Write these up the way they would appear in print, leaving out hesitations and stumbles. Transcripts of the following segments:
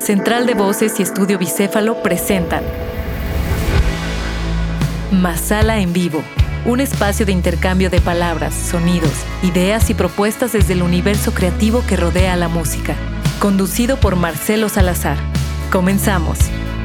Central de Voces y Estudio Bicéfalo presentan Masala en Vivo, un espacio de intercambio de palabras, sonidos, ideas y propuestas desde el universo creativo que rodea a la música. Conducido por Marcelo Salazar. Comenzamos.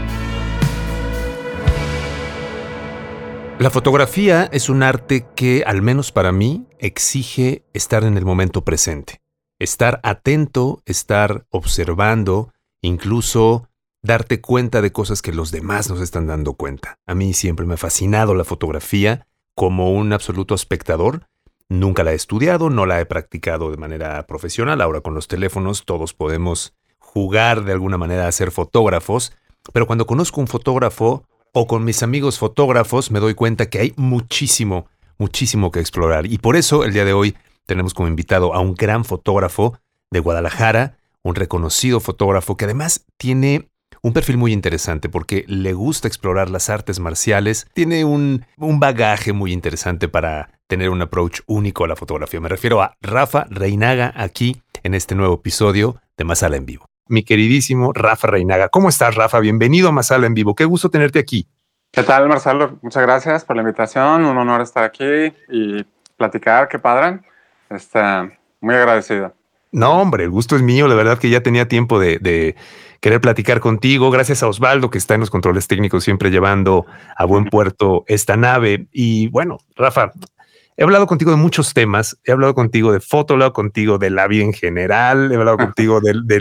La fotografía es un arte que, al menos para mí, exige estar en el momento presente. Estar atento, estar observando, incluso darte cuenta de cosas que los demás nos están dando cuenta. A mí siempre me ha fascinado la fotografía como un absoluto espectador. Nunca la he estudiado, no la he practicado de manera profesional. Ahora con los teléfonos todos podemos jugar de alguna manera a ser fotógrafos, pero cuando conozco un fotógrafo o con mis amigos fotógrafos me doy cuenta que hay muchísimo que explorar. Y por eso el día de hoy tenemos como invitado a un gran fotógrafo de Guadalajara, un reconocido fotógrafo que además tiene un perfil muy interesante porque le gusta explorar las artes marciales, tiene un bagaje muy interesante para tener un approach único a la fotografía. Me refiero a Rafa Reinaga aquí en este nuevo episodio de Masala en Vivo. Mi queridísimo Rafa Reinaga. ¿Cómo estás, Rafa? Bienvenido a Masala en Vivo. Qué gusto tenerte aquí. ¿Qué tal, Marcelo? Muchas gracias por la invitación. Un honor estar aquí y platicar. Qué padre. Muy agradecido. No, hombre, el gusto es mío. La verdad que ya tenía tiempo de querer platicar contigo. Gracias a Osvaldo, que está en los controles técnicos, siempre llevando a buen puerto esta nave. Y bueno, Rafa, he hablado contigo de muchos temas. He hablado contigo de foto, he hablado contigo de la vida en general. He hablado contigo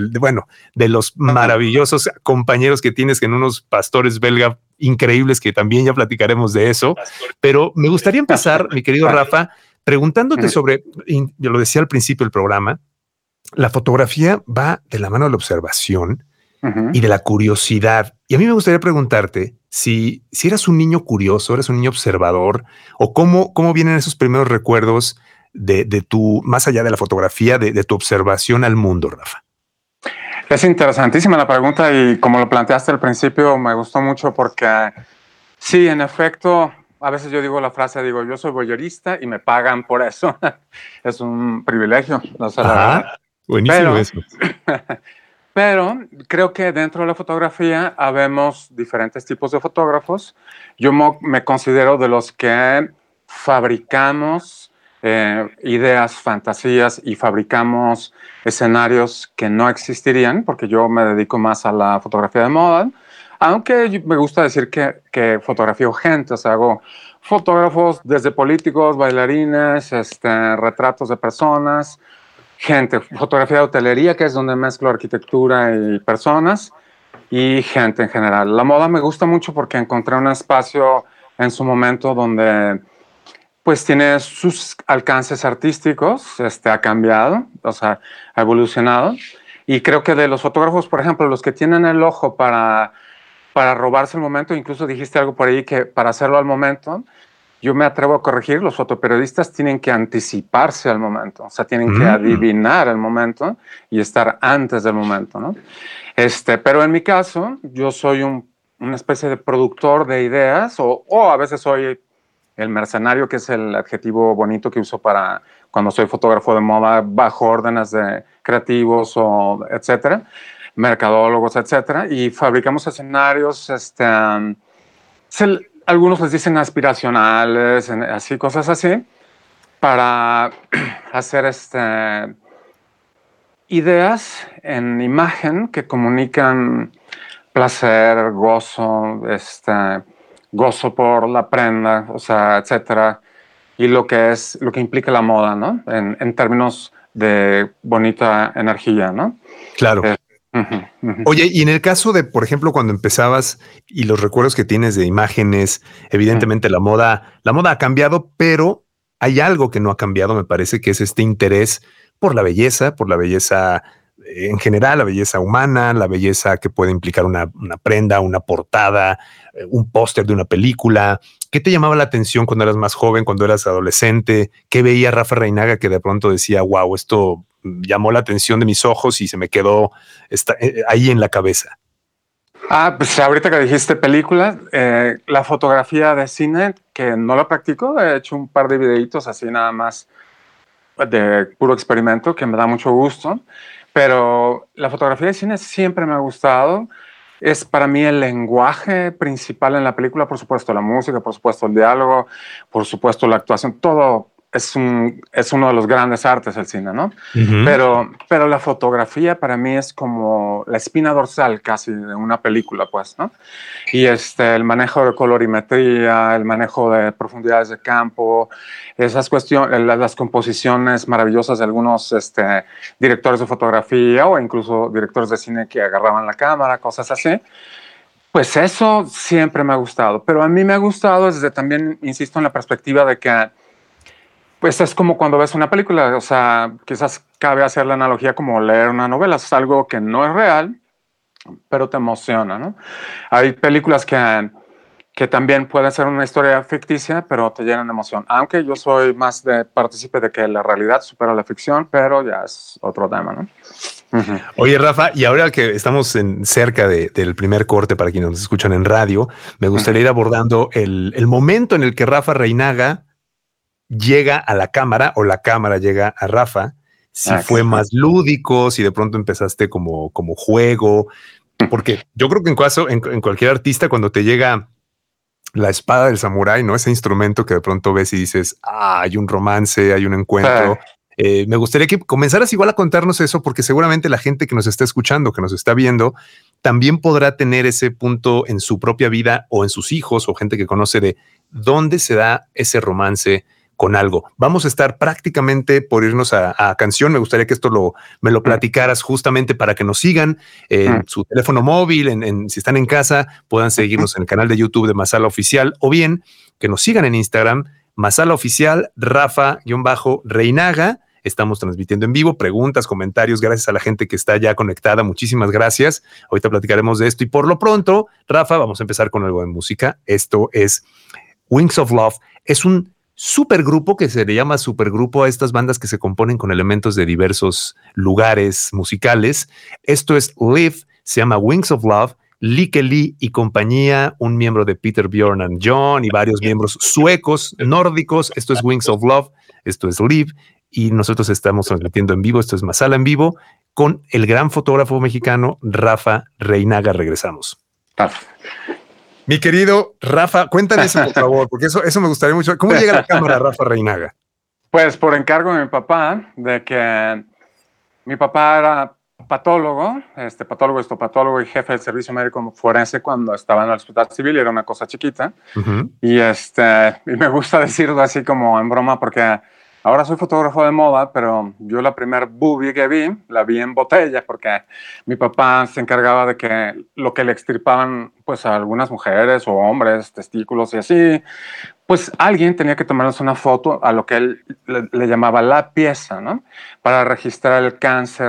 de los maravillosos compañeros que tienes en unos pastores belga increíbles, que también ya platicaremos de eso. Pero me gustaría empezar, mi querido Rafa, preguntándote sobre, yo lo decía al principio del programa, la fotografía va de la mano de la observación y de la curiosidad. Y a mí me gustaría preguntarte si eras un niño curioso, eras un niño observador, o cómo vienen esos primeros recuerdos de tu, más allá de la fotografía, de tu observación al mundo, Rafa. Es interesantísima la pregunta y como lo planteaste al principio me gustó mucho porque sí, en efecto, a veces yo digo la frase, yo soy voyerista y me pagan por eso. Es un privilegio. No sé, la verdad. Buenísimo eso. Pero creo que dentro de la fotografía habemos diferentes tipos de fotógrafos. Yo me considero de los que fabricamos ideas, fantasías y fabricamos escenarios que no existirían, porque yo me dedico más a la fotografía de moda, aunque me gusta decir que fotografío gente, o sea, hago fotógrafos desde políticos, bailarines, retratos de personas, gente, fotografía de hotelería, que es donde mezclo arquitectura y personas, y gente en general. La moda me gusta mucho porque encontré un espacio en su momento donde pues tiene sus alcances artísticos, ha cambiado, o sea, ha evolucionado, y creo que de los fotógrafos, por ejemplo, los que tienen el ojo para robarse el momento, incluso dijiste algo por ahí que para hacerlo al momento, yo me atrevo a corregir, los fotoperiodistas tienen que anticiparse al momento, o sea, tienen que adivinar el momento y estar antes del momento, ¿no? Pero en mi caso, yo soy una especie de productor de ideas, o a veces soy el mercenario, que es el adjetivo bonito que uso para cuando soy fotógrafo de moda, bajo órdenes de creativos, o etcétera, mercadólogos, etcétera, y fabricamos escenarios, algunos les dicen aspiracionales, así, cosas así, para hacer ideas en imagen que comunican placer, gozo, gozo por la prenda, o sea, etcétera, y lo que implica la moda, ¿no? En términos de bonita energía, ¿no? Claro. Oye, y en el caso de, por ejemplo, cuando empezabas y los recuerdos que tienes de imágenes, evidentemente la moda ha cambiado, pero hay algo que no ha cambiado, me parece, que es este interés por la belleza en general, la belleza humana, la belleza que puede implicar una prenda, una portada, un póster de una película. ¿Qué te llamaba la atención cuando eras más joven, cuando eras adolescente? ¿Qué veía Rafa Reinaga que de pronto decía, wow, esto llamó la atención de mis ojos y se me quedó ahí en la cabeza? Pues ahorita que dijiste películas, la fotografía de cine, que no la practico, he hecho un par de videitos así nada más de puro experimento, que me da mucho gusto. Pero la fotografía de cine siempre me ha gustado. Es para mí el lenguaje principal en la película, por supuesto la música, por supuesto el diálogo, por supuesto la actuación, todo es uno de los grandes artes del cine, ¿no? Pero la fotografía para mí es como la espina dorsal casi de una película, pues, ¿no? Y el manejo de colorimetría, el manejo de profundidades de campo, esas cuestiones, las composiciones maravillosas de algunos directores de fotografía o incluso directores de cine que agarraban la cámara, cosas así. Pues eso siempre me ha gustado, pero a mí me ha gustado desde también, insisto, en la perspectiva de que pues es como cuando ves una película, o sea, quizás cabe hacer la analogía como leer una novela, es algo que no es real, pero te emociona, ¿no? Hay películas que también pueden ser una historia ficticia, pero te llenan de emoción, aunque yo soy más de partícipe de que la realidad supera la ficción, pero ya es otro tema, ¿no? Oye, Rafa, y ahora que estamos cerca del primer corte para quienes nos escuchan en radio, me gustaría ir abordando el momento en el que Rafa Reinaga llega a la cámara o la cámara llega a Rafa, si fue más lúdico, si de pronto empezaste como juego, porque yo creo que en cualquier artista cuando te llega la espada del samurái, ¿no? Ese instrumento que de pronto ves y dices, hay un romance, hay un encuentro. Me gustaría que comenzaras igual a contarnos eso, porque seguramente la gente que nos está escuchando, que nos está viendo, también podrá tener ese punto en su propia vida o en sus hijos o gente que conoce de dónde se da ese romance con algo. Vamos a estar prácticamente por irnos a canción. Me gustaría que esto me lo platicaras justamente para que nos sigan en su teléfono móvil, si están en casa, puedan seguirnos en el canal de YouTube de Masala Oficial o bien que nos sigan en Instagram, Masala Oficial, Rafa-Reinaga. Estamos transmitiendo en vivo, preguntas, comentarios, gracias a la gente que está ya conectada. Muchísimas gracias. Ahorita platicaremos de esto y por lo pronto, Rafa, vamos a empezar con algo de música. Esto es Wings of Love. Es un supergrupo que se le llama supergrupo a estas bandas que se componen con elementos de diversos lugares musicales. Esto es Live, se llama Wings of Love, Lee Kelly y compañía, un miembro de Peter, Bjorn and John y varios miembros suecos, nórdicos. Esto es Wings of Love, esto es Live y nosotros estamos transmitiendo en vivo. Esto es Masala en vivo con el gran fotógrafo mexicano Rafa Reinaga. Regresamos. Mi querido Rafa, cuéntame eso, por favor, porque eso me gustaría mucho. ¿Cómo llega a la cámara Rafa Reinaga? Pues por encargo de mi papá, de que mi papá era patólogo, patólogo y jefe del servicio médico forense cuando estaba en el hospital civil y era una cosa chiquita. Y me gusta decirlo así como en broma porque ahora soy fotógrafo de moda, pero yo la primer boobie que vi, la vi en botella porque mi papá se encargaba de que lo que le extirpaban pues a algunas mujeres o hombres, testículos y así, pues alguien tenía que tomarles una foto a lo que él le llamaba la pieza, ¿no? Para registrar el cáncer,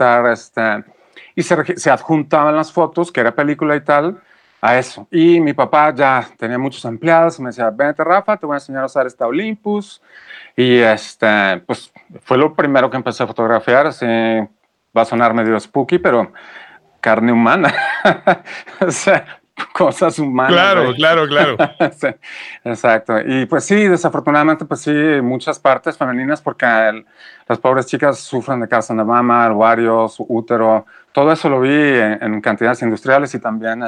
y se adjuntaban las fotos, que era película y tal, a eso. Y mi papá ya tenía muchos empleados y me decía, vente Rafa, te voy a enseñar a usar esta Olympus. Y pues fue lo primero que empecé a fotografiar, así va a sonar medio spooky, pero carne humana, o sea, cosas humanas. Claro. Sí, exacto. Y pues sí, desafortunadamente, pues sí, muchas partes femeninas porque las pobres chicas sufren de cáncer de mama, ovarios, útero, todo eso lo vi en cantidades industriales y también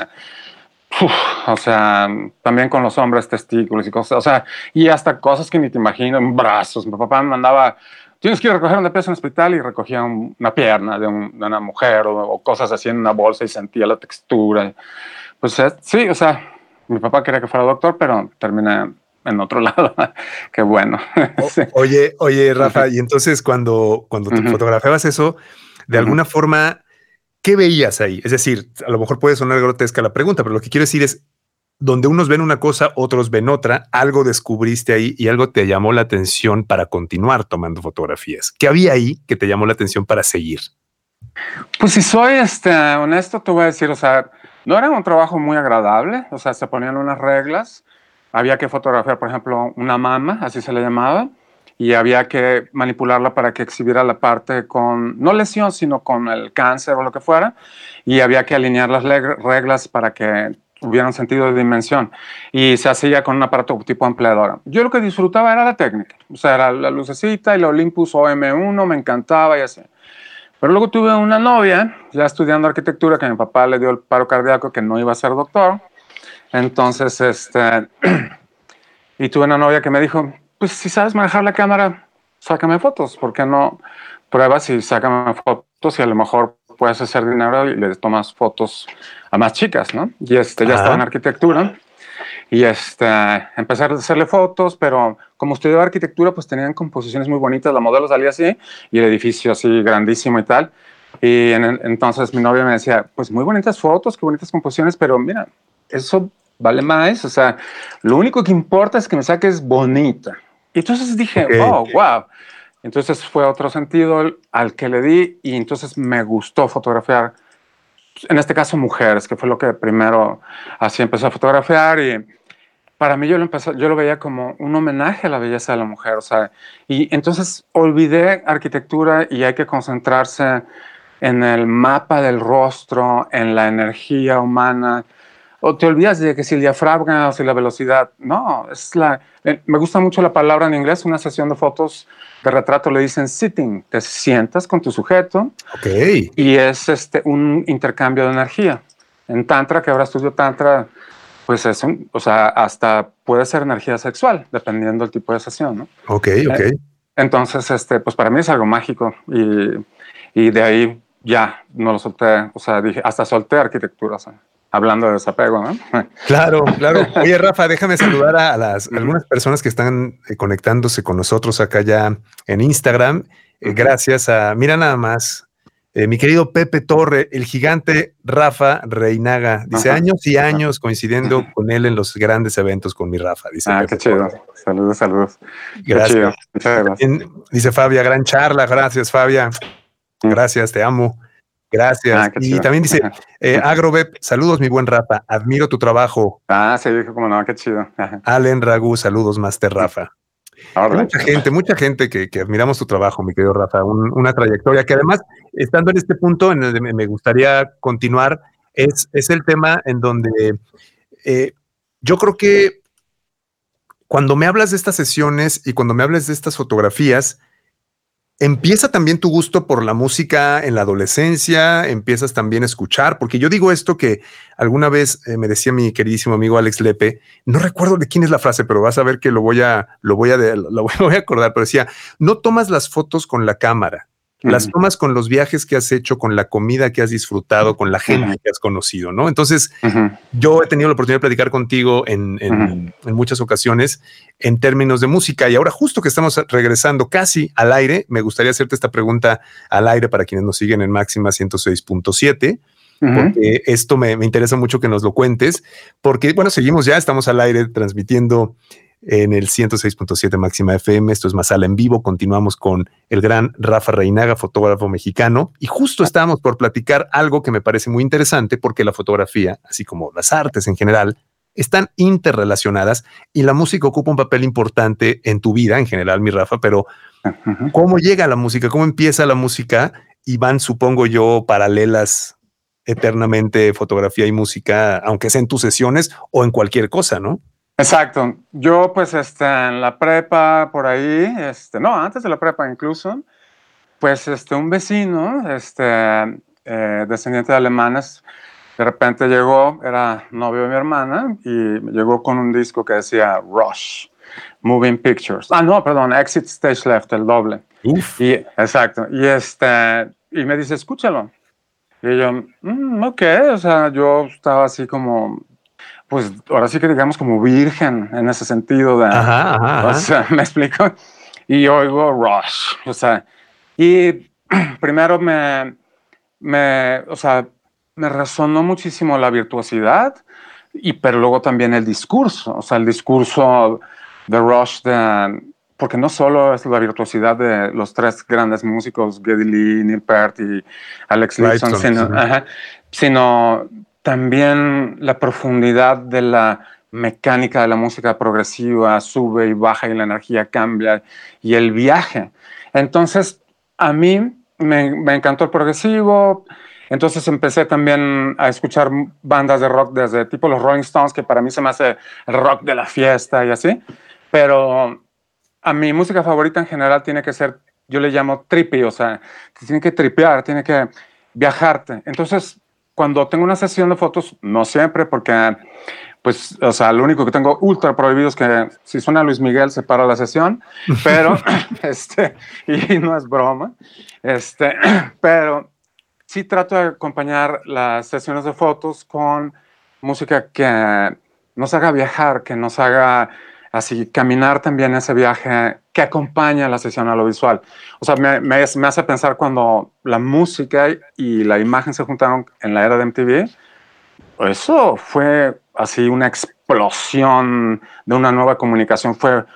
o sea, también con los hombres, testículos y cosas, o sea, y hasta cosas que ni te imaginas, brazos. Mi papá me mandaba, tienes que ir a recoger un peso en el hospital y recogía una pierna de una mujer o cosas así en una bolsa y sentía la textura. Pues sí, o sea, mi papá quería que fuera doctor, pero terminé en otro lado. Qué bueno. Sí. Oye, Rafa, y entonces cuando te fotografiabas eso, de alguna forma, ¿qué veías ahí? Es decir, a lo mejor puede sonar grotesca la pregunta, pero lo que quiero decir es, donde unos ven una cosa, otros ven otra, algo descubriste ahí y algo te llamó la atención para continuar tomando fotografías. ¿Qué había ahí que te llamó la atención para seguir? Pues si soy honesto, te voy a decir, o sea, no era un trabajo muy agradable, o sea, se ponían unas reglas, había que fotografiar, por ejemplo, una mama, así se le llamaba, y había que manipularla para que exhibiera la parte con, no lesión, sino con el cáncer o lo que fuera, y había que alinear las reglas para que hubiera un sentido de dimensión, y se hacía con un aparato tipo ampliadora. Yo lo que disfrutaba era la técnica, o sea, era la lucecita y la Olympus OM1, me encantaba y así. Pero luego tuve una novia, ya estudiando arquitectura, que mi papá le dio el paro cardíaco, que no iba a ser doctor. Entonces, y tuve una novia que me dijo, pues si sabes manejar la cámara, sácame fotos, ¿por qué no pruebas y sácame fotos y a lo mejor puedes hacer dinero y le tomas fotos a más chicas, ¿no? Y ya estaba en arquitectura y empecé a hacerle fotos, pero como estudiaba arquitectura, pues tenían composiciones muy bonitas, la modelo salía así y el edificio así grandísimo y tal. Y entonces mi novia me decía, pues muy bonitas fotos, qué bonitas composiciones, pero mira, eso vale más, o sea, lo único que importa es que me saques bonita. Y entonces dije, oh, wow. Entonces fue otro sentido al que le di y entonces me gustó fotografiar, en este caso mujeres, que fue lo que primero así empecé a fotografiar y para mí yo lo veía como un homenaje a la belleza de la mujer, o sea, y entonces olvidé arquitectura y hay que concentrarse en el mapa del rostro, en la energía humana, o te olvidas de que si el diafragma o si la velocidad, no, me gusta mucho la palabra en inglés, una sesión de fotos de retrato le dicen sitting, te sientas con tu sujeto y es un intercambio de energía. En Tantra, que ahora estudio Tantra, pues o sea, hasta puede ser energía sexual, dependiendo del tipo de sesión, ¿no? Entonces, pues para mí es algo mágico y de ahí ya no lo solté, o sea, dije, hasta solté arquitectura, o sea, hablando de desapego, ¿no? Claro, claro. Oye, Rafa, déjame saludar a algunas personas que están conectándose con nosotros acá ya en Instagram. Gracias a, mira nada más, mi querido Pepe Torre, el gigante Rafa Reinaga. Dice, años y años coincidiendo con él en los grandes eventos con mi Rafa. Dice Pepe, qué chido. Torre. Saludos. Gracias. Chido. Muchas gracias. Dice Fabia, gran charla. Gracias, Fabia. Gracias, te amo. Gracias. Y también dice, Agrobep, saludos, mi buen Rafa. Admiro tu trabajo. Sí, dijo como no, qué chido. Allen Ragu, saludos, Master Rafa. Mucha gente que admiramos tu trabajo, mi querido Rafa, una trayectoria que además, estando en este punto en el que me gustaría continuar, es el tema en donde yo creo que cuando me hablas de estas sesiones y cuando me hablas de estas fotografías, empieza también tu gusto por la música en la adolescencia, empiezas también a escuchar, porque yo digo esto que alguna vez me decía mi queridísimo amigo Alex Lepe, no recuerdo de quién es la frase, pero vas a ver que lo voy a acordar, pero decía, no tomas las fotos con la cámara, las tomas con los viajes que has hecho, con la comida que has disfrutado, con la gente que has conocido, ¿no? Entonces, yo he tenido la oportunidad de platicar contigo en muchas ocasiones en términos de música y ahora justo que estamos regresando casi al aire, me gustaría hacerte esta pregunta al aire para quienes nos siguen en Máxima 106.7, porque esto me interesa mucho que nos lo cuentes, porque, bueno, estamos al aire transmitiendo en el 106.7 Máxima FM. Esto es Masala en vivo. Continuamos con el gran Rafa Reinaga, fotógrafo mexicano, y justo estábamos por platicar algo que me parece muy interesante porque la fotografía, así como las artes en general, están interrelacionadas y la música ocupa un papel importante en tu vida en general, mi Rafa, pero ¿cómo llega la música? ¿Cómo empieza la música? Y van, supongo yo, paralelas eternamente fotografía y música, aunque sea en tus sesiones o en cualquier cosa, ¿no? Exacto. Yo, pues, en la prepa, por ahí, no, antes de la prepa incluso, pues, un vecino, descendiente de alemanes, de repente llegó, era novio de mi hermana, y llegó con un disco que decía Rush, Moving Pictures. No, perdón, Exit Stage Left, el doble. Uf. Exacto. Y me dice, escúchalo. Y yo, ok, o sea, yo estaba así como... pues ahora sí que digamos como virgen en ese sentido de, o sea, me explico, y oigo Rush, o sea, y primero o sea, me resonó muchísimo la virtuosidad, pero luego también el discurso, o sea, el discurso de Rush, porque no solo es la virtuosidad de los tres grandes músicos, Geddy Lee, Neil Peart y Alex Lifeson, sino también la profundidad de la mecánica de la música progresiva, sube y baja y la energía cambia, y el viaje. Entonces, a mí me encantó el progresivo, entonces empecé también a escuchar bandas de rock desde tipo los Rolling Stones, que para mí se me hace el rock de la fiesta y así, pero a mi música favorita en general tiene que ser yo le llamo trippy, o sea, te tiene que tripear, tiene que viajarte. Entonces, cuando tengo una sesión de fotos, no siempre, porque, pues, o sea, lo único que tengo ultra prohibido es que si suena Luis Miguel se para la sesión, pero, y no es broma, pero sí trato de acompañar las sesiones de fotos con música que nos haga viajar, que nos haga así caminar también ese viaje que acompaña la sesión a lo visual. O sea, me hace pensar cuando la música y la imagen se juntaron en la era de MTV. Eso fue así una explosión de una nueva comunicación.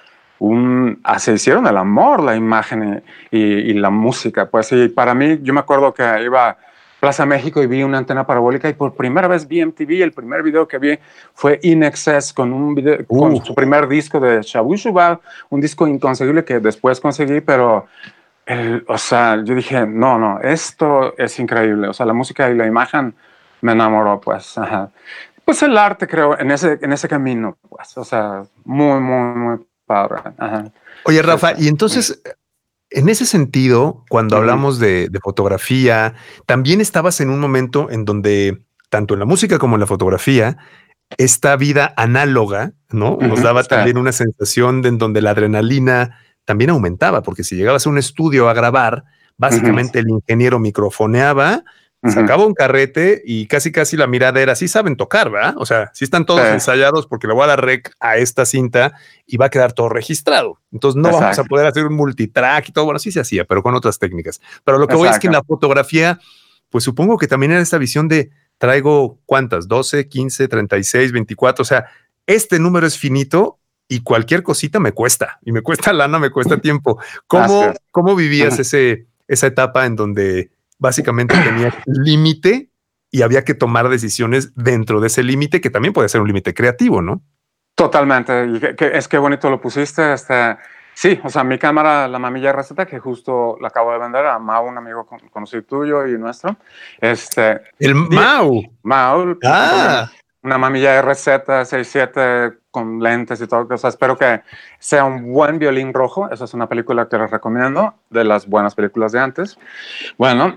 Se hicieron el amor, la imagen y la música. Pues sí, para mí, yo me acuerdo que iba a Plaza México y vi una antena parabólica y por primera vez vi MTV. El primer video que vi fue In Excess con su primer disco de Shabu Shuba, un disco inconseguible que después conseguí, pero o sea, yo dije, no, esto es increíble. O sea, la música y la imagen me enamoró, pues. Ajá. Pues el arte, creo, en ese camino, pues. O sea, muy, muy, muy padre. Ajá. Oye, Rafa, y entonces, en ese sentido, cuando hablamos de fotografía, también estabas en un momento en donde, tanto en la música como en la fotografía, esta vida análoga, ¿no? Nos daba también una sensación en donde la adrenalina también aumentaba, porque si llegabas a un estudio a grabar, básicamente el ingeniero microfoneaba, sacaba un carrete y casi la mirada era, sí saben tocar, ¿verdad? O sea, sí están todos ensayados porque le voy a dar rec a esta cinta y va a quedar todo registrado. Entonces no vamos a poder hacer un multitrack y todo. Bueno, sí se hacía, pero con otras técnicas. Pero lo que voy es que en la fotografía, pues supongo que también era esta visión de traigo ¿cuántas? 12, 15, 36, 24. O sea, este número es finito y cualquier cosita me cuesta. Y me cuesta lana, me cuesta tiempo. ¿Cómo vivías esa etapa en donde básicamente tenía límite y había que tomar decisiones dentro de ese límite, que también puede ser un límite creativo, ¿no? Totalmente. Y que bonito lo pusiste. Sí, o sea, mi cámara, la Mamilla RZ, que justo la acabo de vender a Mau, un amigo conocido tuyo y nuestro. El Mau. Mau. Una Mamilla RZ67 con lentes y todo. O sea, espero que sea un buen violín rojo. Esa es una película que les recomiendo, de las buenas películas de antes. Bueno,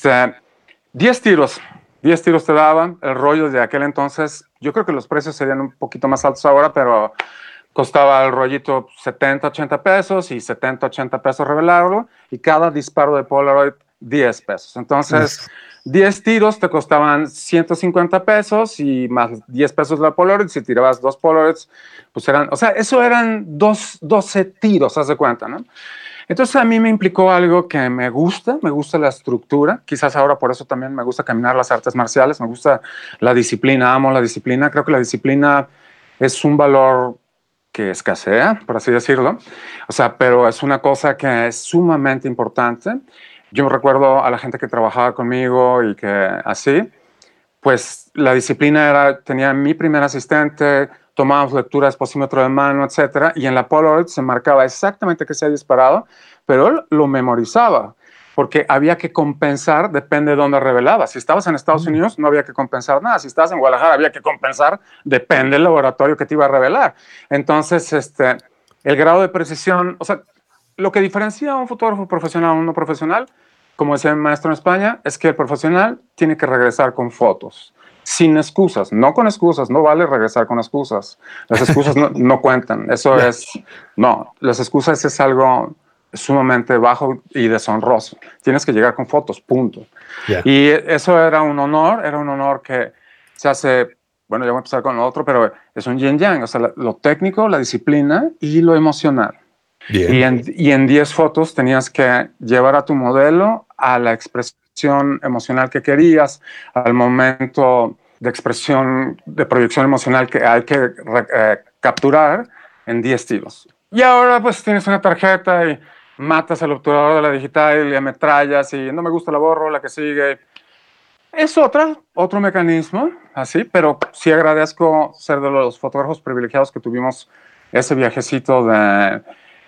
10 tiros. 10 tiros te daban. El rollo de aquel entonces, yo creo que los precios serían un poquito más altos ahora, pero costaba el rollito 70, 80 pesos y 70, 80 pesos revelarlo. Y cada disparo de Polaroid, 10 pesos. Entonces, 10 tiros te costaban 150 pesos y más 10 pesos la Polaroid. Si tirabas 2 Polaroids, pues eran, o sea, eso eran 12 tiros, haz de cuenta, ¿no? Entonces a mí me implicó algo que me gusta la estructura. Quizás ahora por eso también me gusta caminar las artes marciales, me gusta la disciplina, amo la disciplina. Creo que la disciplina es un valor que escasea, por así decirlo. O sea, pero es una cosa que es sumamente importante. Yo recuerdo a la gente que trabajaba conmigo y que así, pues la disciplina tenía mi primer asistente, tomábamos lectura de exposímetro de mano, etcétera, y en la Polaroid se marcaba exactamente qué se había disparado, pero él lo memorizaba, porque había que compensar, depende de dónde revelaba. Si estabas en Estados Unidos, no había que compensar nada. Si estabas en Guadalajara, había que compensar, depende del laboratorio que te iba a revelar. Entonces, el grado de precisión, o sea, lo que diferencia a un fotógrafo profesional a un no profesional, como decía mi maestro en España, es que el profesional tiene que regresar con fotos, sin excusas, no con excusas, no vale regresar con excusas. Las excusas no cuentan, eso no, las excusas es algo sumamente bajo y deshonroso. Tienes que llegar con fotos, punto. Y eso era un honor que se hace, bueno, ya voy a empezar con lo otro, pero es un yin yang, o sea, lo técnico, la disciplina y lo emocional. Y en 10 fotos tenías que llevar a tu modelo a la expresión emocional que querías, al momento de expresión, de proyección emocional que hay que capturar en 10 tiros. Y ahora pues tienes una tarjeta y matas al obturador de la digital y ametrallas y no me gusta, la borro, la que sigue. Es otro mecanismo, así, pero sí agradezco ser de los fotógrafos privilegiados que tuvimos ese viajecito de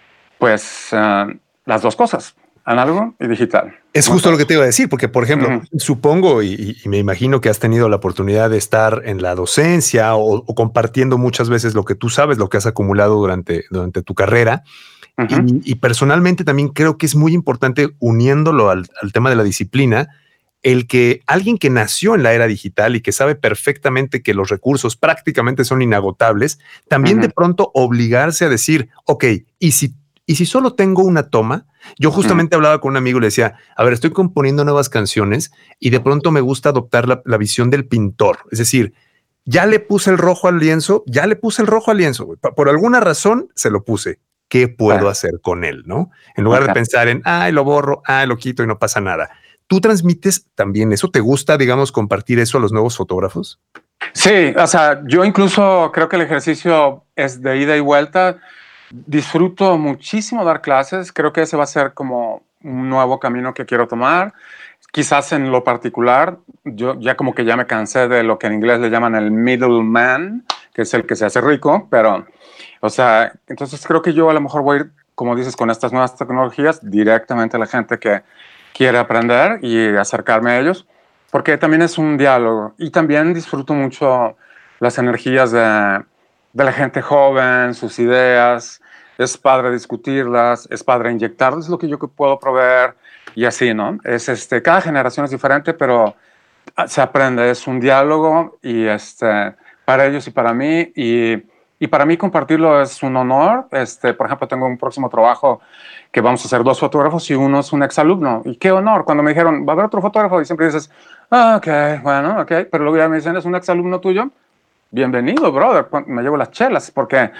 pues las dos cosas, análogo y digital. Es justo lo que te iba a decir, porque, por ejemplo, supongo y me imagino que has tenido la oportunidad de estar en la docencia o compartiendo muchas veces lo que tú sabes, lo que has acumulado durante tu carrera. Y personalmente también creo que es muy importante, uniéndolo al tema de la disciplina, el que alguien que nació en la era digital y que sabe perfectamente que los recursos prácticamente son inagotables, también de pronto obligarse a decir, ok, y si solo tengo una toma. Yo justamente hablaba con un amigo y le decía, a ver, estoy componiendo nuevas canciones y de pronto me gusta adoptar la visión del pintor. Es decir, ya le puse el rojo al lienzo, güey. Por alguna razón se lo puse. ¿Qué puedo hacer con él? ¿No? En lugar de pensar en, lo borro, lo quito y no pasa nada. ¿Tú transmites también eso? ¿Te gusta, digamos, compartir eso a los nuevos fotógrafos? Sí, o sea, yo incluso creo que el ejercicio es de ida y vuelta. Disfruto muchísimo dar clases. Creo que ese va a ser como un nuevo camino que quiero tomar. Quizás en lo particular, yo ya como que ya me cansé de lo que en inglés le llaman el middleman, que es el que se hace rico, pero, o sea, entonces creo que yo a lo mejor voy a ir, como dices, con estas nuevas tecnologías directamente a la gente que quiere aprender y acercarme a ellos, porque también es un diálogo. Y también disfruto mucho las energías de la gente joven, sus ideas. Es padre discutirlas, es padre inyectarles lo que yo puedo proveer y así, ¿no? Cada generación es diferente, pero se aprende, es un diálogo y para ellos y para mí. Y para mí compartirlo es un honor. Por ejemplo, tengo un próximo trabajo que vamos a hacer 2 fotógrafos y uno es un exalumno. Y qué honor. Cuando me dijeron, va a haber otro fotógrafo, y siempre dices, ok, bueno, ok. Pero luego ya me dicen, ¿es un exalumno tuyo? Bienvenido, brother. Me llevo las chelas porque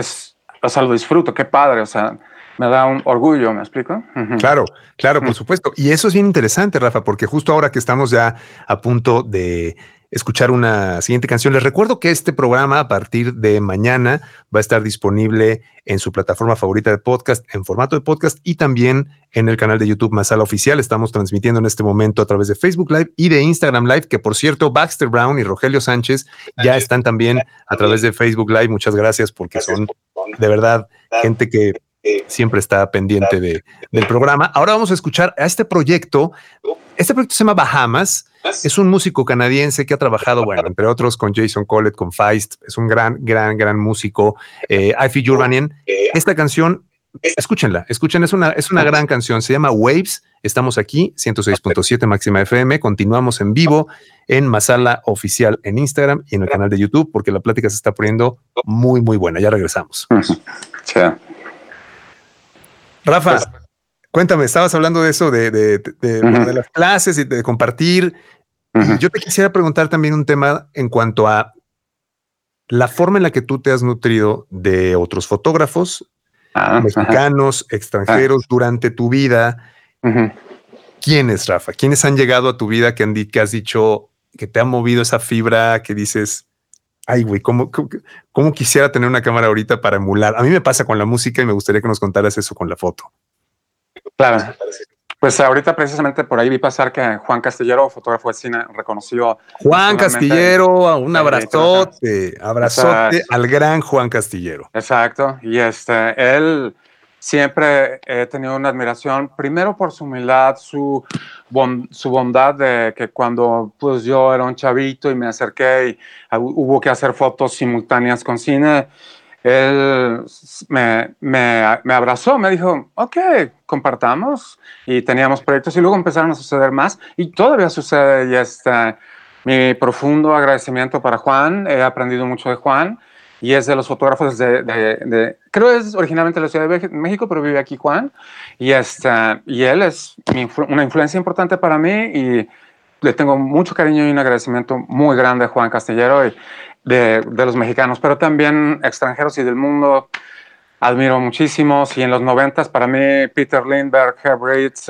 o sea, lo disfruto, qué padre, o sea, me da un orgullo, ¿me explico? Claro, por supuesto. Y eso es bien interesante, Rafa, porque justo ahora que estamos ya a punto de escuchar una siguiente canción, les recuerdo que este programa a partir de mañana va a estar disponible en su plataforma favorita de podcast, en formato de podcast y también en el canal de YouTube Masala Oficial. Estamos transmitiendo en este momento a través de Facebook Live y de Instagram Live, que por cierto, Baxter Brown y Rogelio Sánchez ya están también a través de Facebook Live. Muchas gracias porque son de verdad gente que siempre está pendiente del programa. Ahora vamos a escuchar a este proyecto. Este proyecto se llama Bahamas. Es un músico canadiense que ha trabajado, bueno, entre otros con Jason Collett, con Feist. Es un gran músico. Ify Urbanian. Esta canción, escúchenla, es una gran canción. Se llama Waves. Estamos aquí, 106.7 Máxima FM. Continuamos en vivo en Masala Oficial en Instagram y en el canal de YouTube, porque la plática se está poniendo muy, muy buena. Ya regresamos. Sí. Rafa, cuéntame, estabas hablando de eso, de las clases y de compartir. Y yo te quisiera preguntar también un tema en cuanto a la forma en la que tú te has nutrido de otros fotógrafos mexicanos, extranjeros durante tu vida. ¿Quiénes, Rafa? ¿Quiénes han llegado a tu vida que has dicho que te ha movido esa fibra que dices, ay, güey, ¿cómo quisiera tener una cámara ahorita para emular? A mí me pasa con la música y me gustaría que nos contaras eso con la foto. Claro. Pues ahorita precisamente por ahí vi pasar que Juan Castillero, fotógrafo de cine, reconoció. Juan Castillero, un abrazote al gran Juan Castillero. Exacto. Y él siempre he tenido una admiración, primero por su humildad, su bondad de que cuando pues yo era un chavito y me acerqué y hubo que hacer fotos simultáneas con cine, él me abrazó, me dijo, ok, compartamos, y teníamos proyectos y luego empezaron a suceder más y todavía sucede. Y mi profundo agradecimiento para Juan. He aprendido mucho de Juan y es de los fotógrafos creo es originalmente de la Ciudad de México, pero vive aquí Juan, y él es una influencia importante para mí y le tengo mucho cariño y un agradecimiento muy grande a Juan Castillero y de los mexicanos, pero también extranjeros y del mundo. Admiro muchísimos, y en los 90s para mí Peter Lindbergh, Herb Ritts,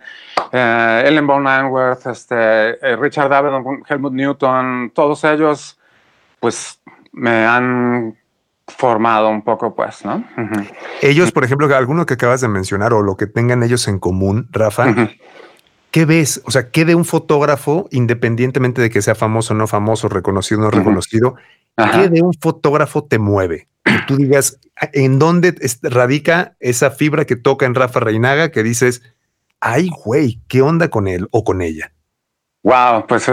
Ellen von Unwerth, Richard Avedon, Helmut Newton, todos ellos pues me han formado un poco, pues, ¿no? Ellos, por ejemplo, alguno que acabas de mencionar o lo que tengan ellos en común, Rafa, ¿qué ves? O sea, ¿qué de un fotógrafo, independientemente de que sea famoso o no famoso, reconocido o no reconocido, qué de un fotógrafo te mueve? Que tú digas, ¿en dónde radica esa fibra que toca en Rafa Reinaga que dices, ay, güey, ¿qué onda con él o con ella? Wow, pues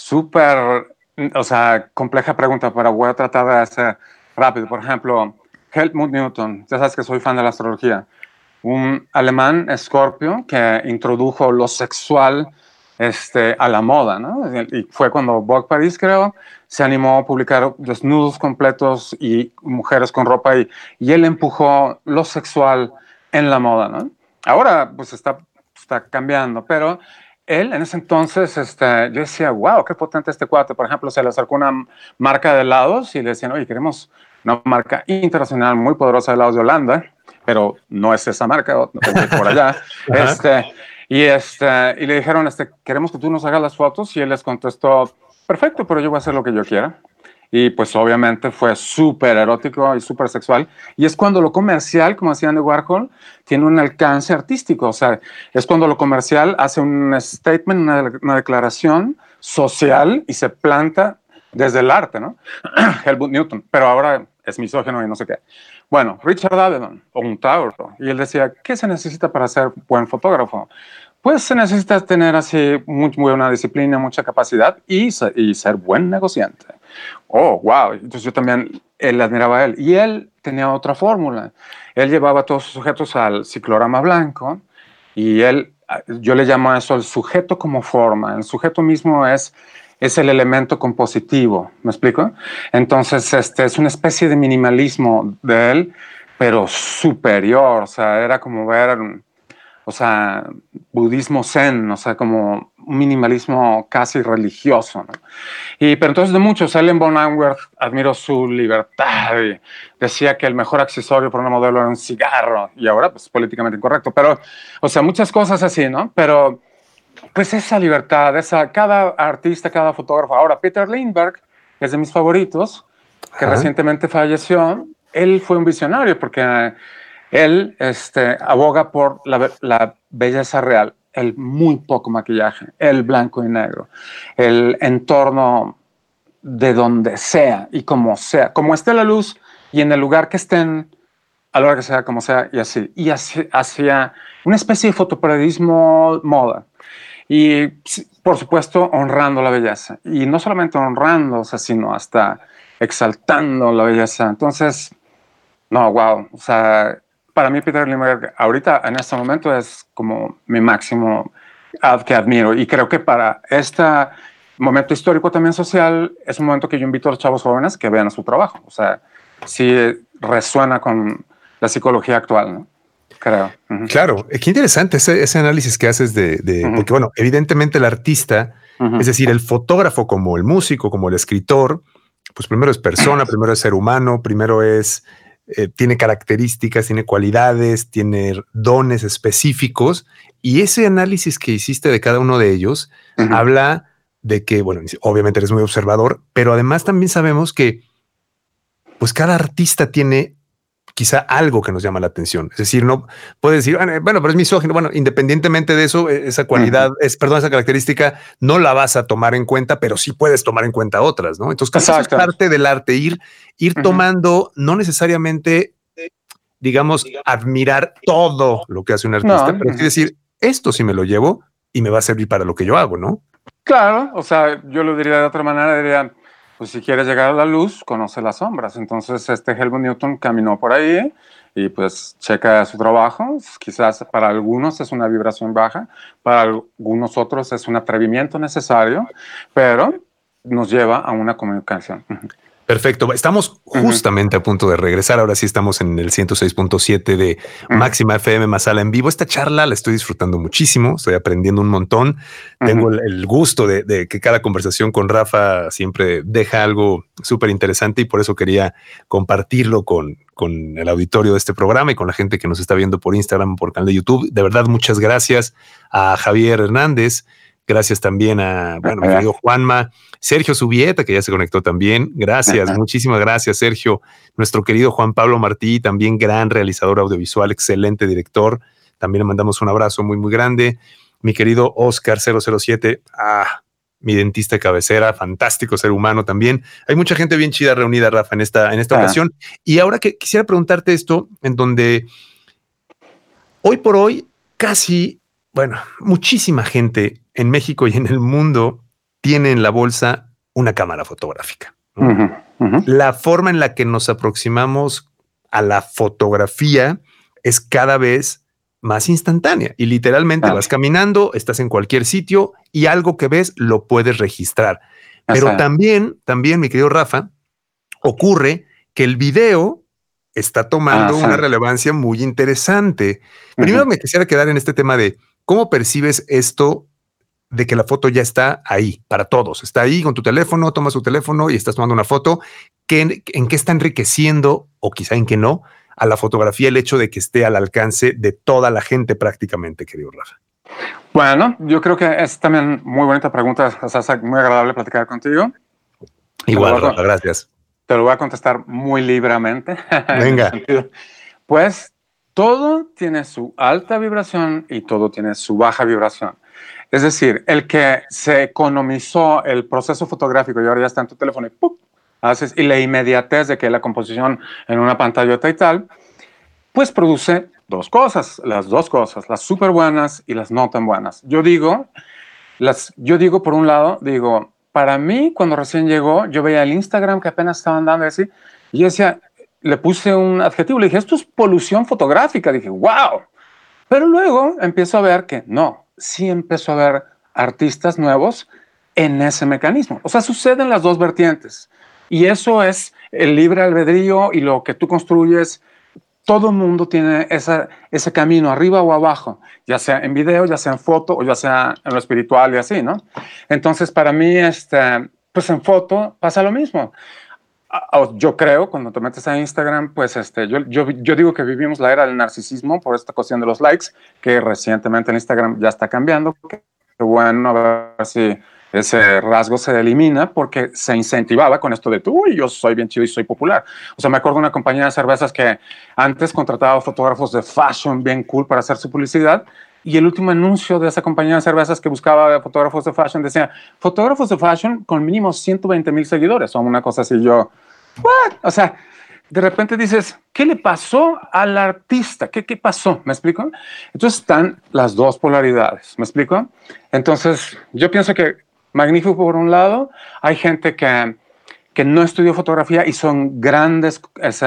súper, o sea, compleja pregunta, pero voy a tratar de hacer rápido. Por ejemplo, Helmut Newton, ya sabes que soy fan de la astrología, un alemán Escorpio que introdujo lo sexual a la moda, ¿no? Y fue cuando Vogue Paris, creo, se animó a publicar desnudos completos y mujeres con ropa y él empujó lo sexual en la moda, ¿no? Ahora, pues está cambiando, pero él en ese entonces, yo decía, wow, qué potente este cuate. Por ejemplo, se le acercó una marca de helados y le decían, oye, queremos una marca internacional muy poderosa de helados de Holanda, pero no es esa marca, por allá. Y le dijeron, queremos que tú nos hagas las fotos, y él les contestó, perfecto, pero yo voy a hacer lo que yo quiera. Y pues obviamente fue súper erótico y súper sexual. Y es cuando lo comercial, como decía Andy Warhol, tiene un alcance artístico. O sea, es cuando lo comercial hace un statement, una declaración social y se planta desde el arte, ¿no? Helmut Newton, pero ahora es misógino y no sé qué. Bueno, Richard Avedon, o un Tauro, y él decía, ¿qué se necesita para ser buen fotógrafo? Pues se necesita tener así muy buena disciplina, mucha capacidad y ser buen negociante. Oh, wow. Entonces yo también le admiraba a él. Y él tenía otra fórmula. Él llevaba a todos sus sujetos al ciclorama blanco y yo le llamo a eso el sujeto como forma. El sujeto mismo es el elemento compositivo. ¿Me explico? Entonces, es una especie de minimalismo de él, pero superior. O sea, era como ver, budismo zen, como un minimalismo casi religioso, ¿no? Pero entonces de muchos, Ellen von Unwerth, admiro su libertad y decía que el mejor accesorio para una modelo era un cigarro, y ahora pues políticamente incorrecto, pero, muchas cosas así, ¿no? Pero pues esa libertad, cada artista, cada fotógrafo. Ahora, Peter Lindbergh, que es de mis favoritos, que recientemente falleció, él fue un visionario porque él aboga por la belleza real, el muy poco maquillaje, el blanco y negro, el entorno de donde sea y como esté la luz y en el lugar que estén, a la hora que sea, como sea, y así hacia una especie de fotoperiodismo moda. Y, por supuesto, honrando la belleza. Y no solamente honrando, sino hasta exaltando la belleza. Entonces, no, wow. Para mí Peter Lindbergh ahorita, en este momento, es como mi máximo que admiro. Y creo que para este momento histórico también social, es un momento que yo invito a los chavos jóvenes que vean su trabajo. Sí resuena con la psicología actual, ¿no? Creo. Claro, qué interesante ese análisis que haces porque, bueno, evidentemente el artista, es decir, el fotógrafo como el músico, como el escritor, pues primero es persona, primero es ser humano, primero tiene características, tiene cualidades, tiene dones específicos, y ese análisis que hiciste de cada uno de ellos habla de que, bueno, obviamente eres muy observador, pero además también sabemos que pues cada artista tiene quizá algo que nos llama la atención. Es decir, no puede decir, bueno, pero es misógino. Bueno, independientemente de eso, esa cualidad, esa característica no la vas a tomar en cuenta, pero sí puedes tomar en cuenta otras, ¿no? Entonces, eso es parte del arte, ir tomando, no necesariamente, digamos, admirar todo lo que hace un artista, pero sí decir, esto sí me lo llevo y me va a servir para lo que yo hago, ¿no? Claro, yo lo diría de otra manera, diría, pues si quieres llegar a la luz, conoce las sombras. Entonces Helmut Newton caminó por ahí y pues checa su trabajo. Quizás para algunos es una vibración baja, para algunos otros es un atrevimiento necesario, pero nos lleva a una comunicación. Perfecto. Estamos justamente a punto de regresar. Ahora sí estamos en el 106.7 de Máxima FM Masala en vivo. Esta charla la estoy disfrutando muchísimo. Estoy aprendiendo un montón. Tengo el gusto de que cada conversación con Rafa siempre deja algo súper interesante, y por eso quería compartirlo con el auditorio de este programa y con la gente que nos está viendo por Instagram, por canal de YouTube. De verdad, muchas gracias a Javier Hernández. Gracias también a, mi querido Juanma, Sergio Subieta, que ya se conectó también. Gracias, muchísimas gracias, Sergio. Nuestro querido Juan Pablo Martí, también gran realizador audiovisual, excelente director. También le mandamos un abrazo muy, muy grande. Mi querido Oscar 007, mi dentista de cabecera, fantástico ser humano también. Hay mucha gente bien chida reunida, Rafa, en esta ocasión. Y ahora que quisiera preguntarte esto, en donde hoy por hoy muchísima gente en México y en el mundo tiene en la bolsa una cámara fotográfica, ¿no? La forma en la que nos aproximamos a la fotografía es cada vez más instantánea y literalmente vas caminando, estás en cualquier sitio y algo que ves lo puedes registrar. Pero también, mi querido Rafa, ocurre que el video está tomando una relevancia muy interesante. Primero me quisiera quedar en este tema de cómo percibes esto de que la foto ya está ahí para todos. Está ahí con tu teléfono, tomas tu teléfono y estás tomando una foto. ¿En qué está enriqueciendo, o quizá en qué no, a la fotografía el hecho de que esté al alcance de toda la gente prácticamente, querido Rafa? Bueno, yo creo que es también muy bonita pregunta. O sea, es muy agradable platicar contigo. Igual, Rafa, gracias. Te lo voy a contestar muy libremente. Venga. Pues todo tiene su alta vibración y todo tiene su baja vibración. Es decir, el que se economizó el proceso fotográfico y ahora ya está en tu teléfono y ¡pum! Haces, y la inmediatez de que la composición en una pantallota y tal, pues produce dos cosas, las súper buenas y las no tan buenas. Yo digo, por un lado, para mí, cuando recién llegó, yo veía el Instagram que apenas estaban dando así, y yo decía, le puse un adjetivo, le dije, esto es polución fotográfica. Dije, wow. Pero luego empiezo a ver que no, sí empiezo a ver artistas nuevos en ese mecanismo. O sea, suceden las dos vertientes. Y eso es el libre albedrío y lo que tú construyes. Todo el mundo tiene ese camino, arriba o abajo, ya sea en video, ya sea en foto o ya sea en lo espiritual y así, ¿no? Entonces, para mí, pues en foto pasa lo mismo. Yo creo, cuando te metes a Instagram, pues yo digo que vivimos la era del narcisismo por esta cuestión de los likes, que recientemente en Instagram ya está cambiando. Que bueno, a ver si ese rasgo se elimina, porque se incentivaba con esto de tú y yo soy bien chido y soy popular. O sea, me acuerdo de una compañía de cervezas que antes contrataba fotógrafos de fashion bien cool para hacer su publicidad, y el último anuncio de esa compañía de cervezas que buscaba fotógrafos de fashion decía, fotógrafos de fashion con mínimo 120,000 seguidores, o una cosa así. Yo, ¿what? O sea, de repente dices, ¿qué le pasó al artista? ¿Qué pasó? ¿Me explico? Entonces están las dos polaridades, ¿me explico? Entonces, yo pienso que magnífico por un lado, hay gente que no estudió fotografía y son grandes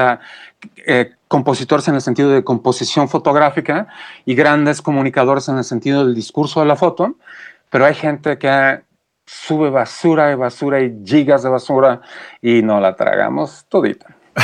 compositores en el sentido de composición fotográfica y grandes comunicadores en el sentido del discurso de la foto, pero hay gente que sube basura y basura y gigas de basura y no la tragamos todita.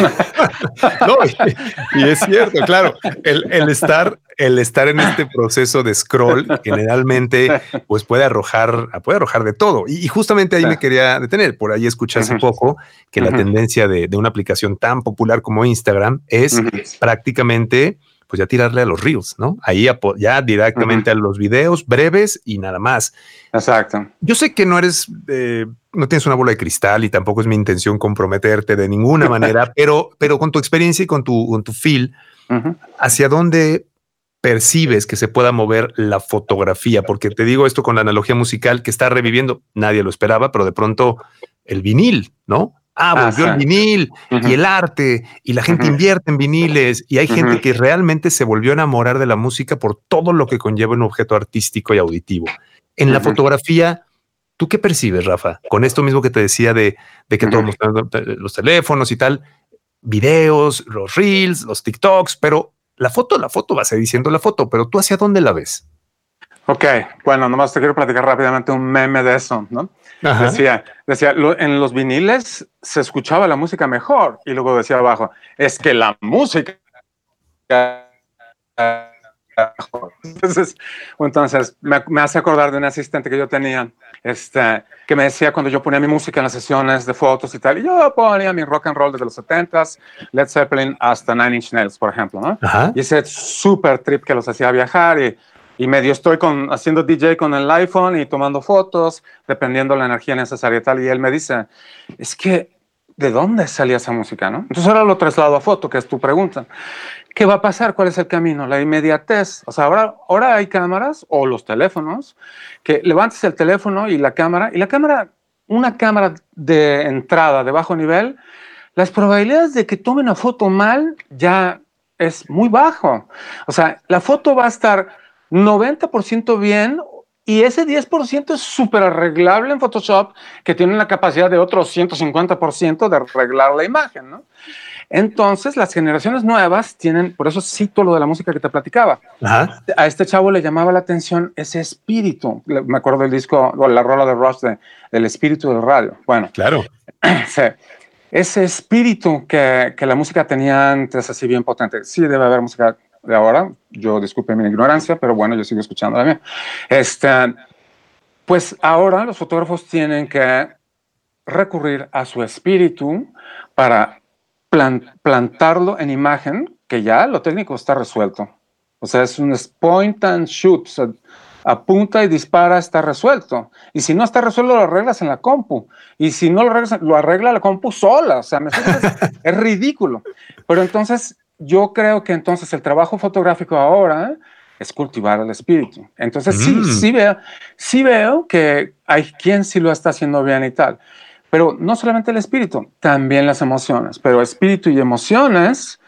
No, y es cierto, claro, el estar en este proceso de scroll generalmente pues puede arrojar de todo, y justamente ahí me quería detener. Por ahí escuché hace poco que la tendencia de una aplicación tan popular como Instagram es prácticamente pues ya tirarle a los reels, ¿no? Ahí ya directamente a los videos breves y nada más. Exacto. Yo sé que no eres, no tienes una bola de cristal y tampoco es mi intención comprometerte de ninguna manera, pero con tu experiencia y con tu feel, ¿hacia dónde percibes que se pueda mover la fotografía? Porque te digo esto con la analogía musical que está reviviendo, nadie lo esperaba, pero de pronto el vinil, ¿no? Volvió el vinil y el arte, y la gente invierte en viniles, y hay gente que realmente se volvió a enamorar de la música por todo lo que conlleva un objeto artístico y auditivo. En la fotografía, ¿tú qué percibes, Rafa? Con esto mismo que te decía de que todos mostrando los teléfonos y tal, videos, los reels, los TikToks, pero la foto va a seguir siendo la foto, pero ¿tú hacia dónde la ves? Ok, bueno, nomás te quiero platicar rápidamente un meme de eso, ¿no? Decía, en los viniles se escuchaba la música mejor, y luego decía abajo, es que la música... Entonces me hace acordar de un asistente que yo tenía, que me decía cuando yo ponía mi música en las sesiones de fotos y tal, y yo ponía mi rock and roll desde los 70s, Led Zeppelin hasta Nine Inch Nails, por ejemplo, ¿no? Y ese super trip que los hacía viajar, y medio estoy haciendo DJ con el iPhone y tomando fotos, dependiendo de la energía necesaria y tal. Y él me dice, es que, ¿de dónde salía esa música, no? Entonces ahora lo traslado a foto, que es tu pregunta. ¿Qué va a pasar? ¿Cuál es el camino? La inmediatez. O sea, ahora hay cámaras o los teléfonos que levantes el teléfono y la cámara, una cámara de entrada de bajo nivel, las probabilidades de que tome una foto mal ya es muy bajo. O sea, la foto va a estar 90% bien, y ese 10% es súper arreglable en Photoshop, que tiene la capacidad de otro 150% de arreglar la imagen, ¿no? Entonces, las generaciones nuevas tienen, por eso cito lo de la música que te platicaba. Ajá. A este chavo le llamaba la atención ese espíritu. Me acuerdo del disco, o la rola de Rush del espíritu del radio. Bueno, Claro. sí, ese espíritu que la música tenía antes, así bien potente. Sí, debe haber música de ahora. Yo disculpe mi ignorancia, pero bueno, yo sigo escuchando la mía. Pues ahora los fotógrafos tienen que recurrir a su espíritu para plantarlo en imagen, que ya lo técnico está resuelto. O sea, es un point and shoot. O sea, apunta y dispara, está resuelto. Y si no está resuelto, lo arreglas en la compu. Y si no lo arreglas, lo arregla la compu sola. O sea, es ridículo. Pero entonces, yo creo que entonces el trabajo fotográfico ahora es cultivar el espíritu. Entonces, sí veo que hay quien sí lo está haciendo bien y tal. Pero no solamente el espíritu, también las emociones. Pero espíritu y emociones,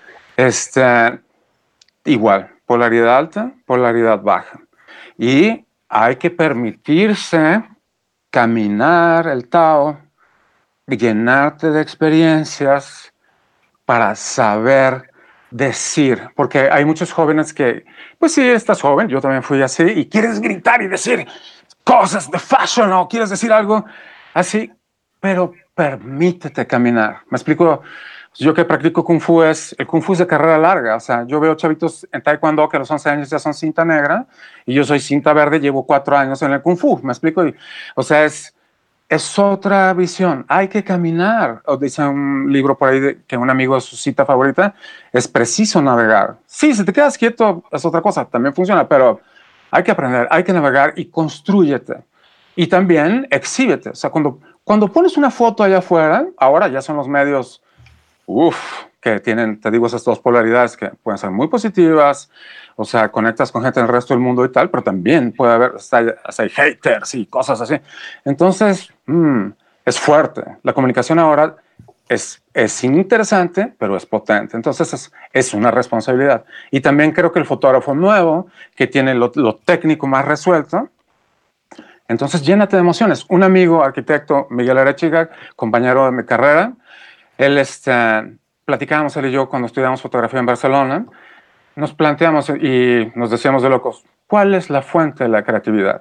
igual, polaridad alta, polaridad baja. Y hay que permitirse caminar el Tao, llenarte de experiencias para saber decir. Porque hay muchos jóvenes que, pues sí, estás joven, yo también fui así, y quieres gritar y decir cosas de fashion o quieres decir algo así, pero permítete caminar. Me explico. Yo que practico Kung Fu, el Kung Fu es de carrera larga. O sea, yo veo chavitos en Taekwondo que a los 11 años ya son cinta negra y yo soy cinta verde, llevo 4 años en el Kung Fu. ¿Me explico? O sea, es otra visión. Hay que caminar. O dice un libro por ahí que un amigo de su cita favorita, es preciso navegar. Sí, si te quedas quieto es otra cosa, también funciona, pero hay que aprender, hay que navegar y construyete. Y también exhíbete. O sea, cuando pones una foto allá afuera, ahora ya son los medios que tienen, te digo, esas dos polaridades que pueden ser muy positivas, o sea, conectas con gente del resto del mundo y tal, pero también puede haber hasta hay haters y cosas así. Entonces, es fuerte. La comunicación ahora es interesante, pero es potente. Entonces, es una responsabilidad. Y también creo que el fotógrafo nuevo, que tiene lo técnico más resuelto, entonces llénate de emociones. Un amigo, arquitecto, Miguel Arechiga, compañero de mi carrera, él, platicábamos él y yo cuando estudiamos fotografía en Barcelona, nos planteamos y nos decíamos de locos, ¿cuál es la fuente de la creatividad?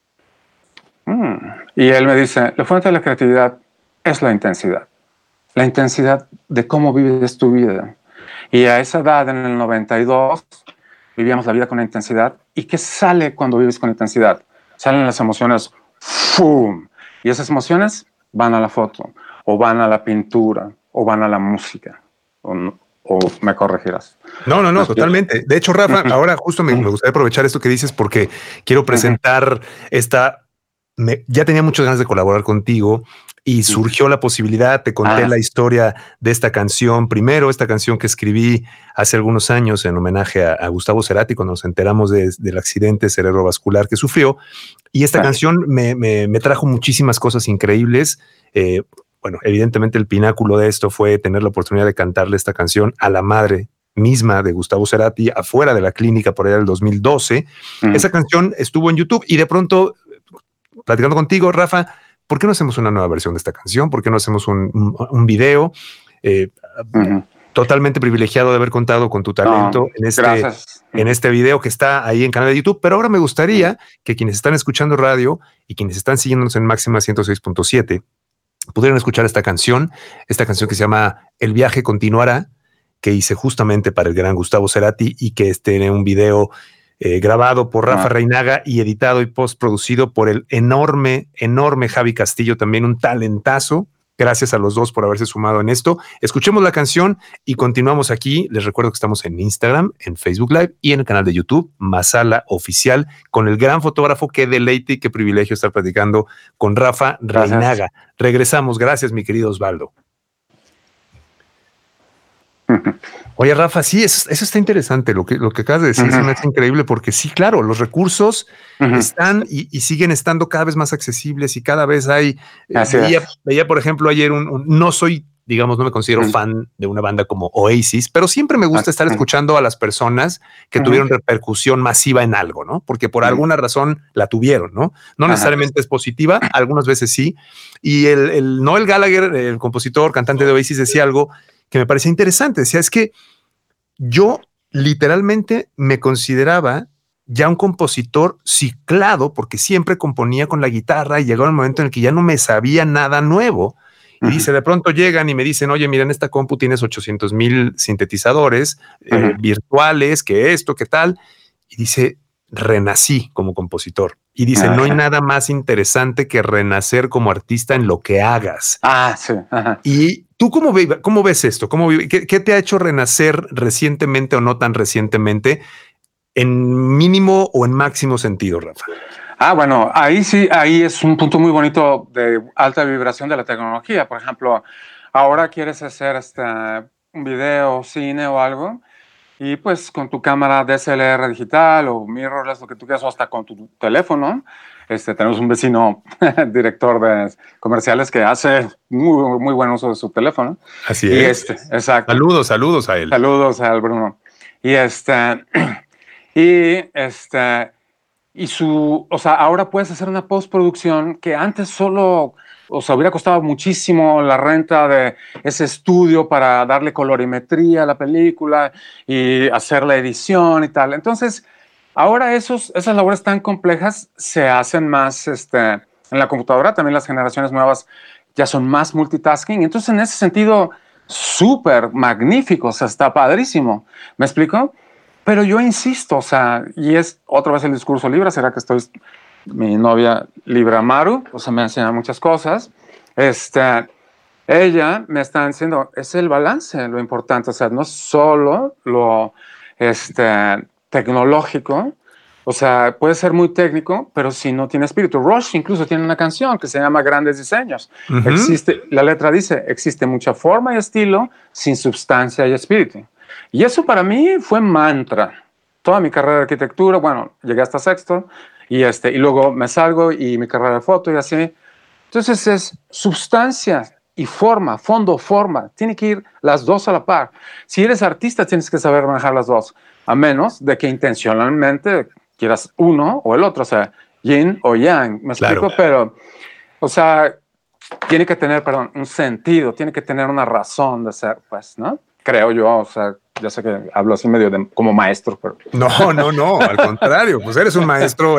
Y él me dice, la fuente de la creatividad es la intensidad de cómo vives tu vida. Y a esa edad, en el 92, vivíamos la vida con intensidad. ¿Y qué sale cuando vives con intensidad? Salen las emociones, ¡fum! Y esas emociones van a la foto, o van a la pintura, o van a la música, o me corregirás. No, totalmente. De hecho, Rafa, ahora justo me gustaría aprovechar esto que dices porque quiero presentar ya tenía muchas ganas de colaborar contigo y surgió la posibilidad, te conté la historia de esta canción. Primero, esta canción que escribí hace algunos años en homenaje a Gustavo Cerati, cuando nos enteramos del accidente cerebrovascular que sufrió. Y esta canción me trajo muchísimas cosas increíbles. Bueno, evidentemente el pináculo de esto fue tener la oportunidad de cantarle esta canción a la madre misma de Gustavo Cerati afuera de la clínica por allá del 2012. Esa canción estuvo en YouTube y de pronto, platicando contigo, Rafa, ¿por qué no hacemos una nueva versión de esta canción? ¿Por qué no hacemos un video? Totalmente privilegiado de haber contado con tu talento en este video que está ahí en canal de YouTube. Pero ahora me gustaría que quienes están escuchando radio y quienes están siguiéndonos en Máxima 106.7 pudieran escuchar esta canción que se llama El viaje continuará, que hice justamente para el gran Gustavo Cerati y que tiene un video grabado por Rafa Reinaga y editado y postproducido por el enorme Javi Castillo, también un talentazo. Gracias a los dos por haberse sumado en esto. Escuchemos la canción y continuamos aquí. Les recuerdo que estamos en Instagram, en Facebook Live y en el canal de YouTube, Masala Oficial, con el gran fotógrafo. Qué deleite y qué privilegio estar platicando con Rafa Reinaga. Regresamos. Gracias, mi querido Osvaldo. Oye, Rafa, sí, eso está interesante. Lo que acabas de decir se me hace increíble porque sí, claro, los recursos están y siguen estando cada vez más accesibles y cada vez hay. Veía, por ejemplo, ayer no soy, digamos, no me considero fan de una banda como Oasis, pero siempre me gusta estar escuchando a las personas que tuvieron repercusión masiva en algo, ¿no? Porque por alguna razón la tuvieron, ¿no? No necesariamente es positiva, algunas veces sí. Y Noel Gallagher, el compositor, cantante de Oasis, decía algo que me parecía interesante. Decía, es que yo literalmente me consideraba ya un compositor ciclado, porque siempre componía con la guitarra y llegó el momento en el que ya no me sabía nada nuevo. Y dice, de pronto llegan y me dicen, oye, mira, en esta compu tienes 800,000 sintetizadores virtuales, que esto, que tal. Y dice, renací como compositor. Y dice, no hay nada más interesante que renacer como artista en lo que hagas. Sí. Y tú, ¿cómo ves esto? ¿Qué te ha hecho renacer recientemente o no tan recientemente, en mínimo o en máximo sentido, Rafa? Bueno, ahí sí, ahí es un punto muy bonito de alta vibración de la tecnología. Por ejemplo, ahora quieres hacer un video, cine o algo, y pues con tu cámara DSLR digital o mirrorless, lo que tú quieras, o hasta con tu teléfono. Tenemos un vecino director de comerciales que hace muy, muy buen uso de su teléfono. Así es. Exacto. Saludos a él. Saludos al Bruno. O sea, ahora puedes hacer una postproducción que antes solo, o sea, hubiera costado muchísimo la renta de ese estudio para darle colorimetría a la película y hacer la edición y tal. Entonces, ahora esas labores tan complejas se hacen más en la computadora. También las generaciones nuevas ya son más multitasking. Entonces, en ese sentido, súper magnífico, o sea, está padrísimo. ¿Me explico? Pero yo insisto, o sea, y es otra vez el discurso Libra, será que mi novia Libra Maru, o sea, me enseña muchas cosas. Ella me está diciendo, es el balance lo importante, o sea, no solo lo tecnológico, o sea, puede ser muy técnico, pero si no tiene espíritu. Rush incluso tiene una canción que se llama Grandes Diseños. La letra dice, existe mucha forma y estilo sin sustancia y espíritu. Y eso para mí fue mantra. Toda mi carrera de arquitectura, bueno, llegué hasta sexto y luego me salgo y mi carrera de foto y así. Entonces es sustancia y forma, fondo, forma. Tiene que ir las dos a la par. Si eres artista tienes que saber manejar las dos, a menos de que intencionalmente quieras uno o el otro, o sea, yin o yang, ¿me explico? Claro. Pero, o sea, tiene que tener, un sentido, tiene que tener una razón de ser, pues, ¿no? Creo yo, o sea, ya sé que hablo así medio como maestro, pero... No, al contrario, pues eres un maestro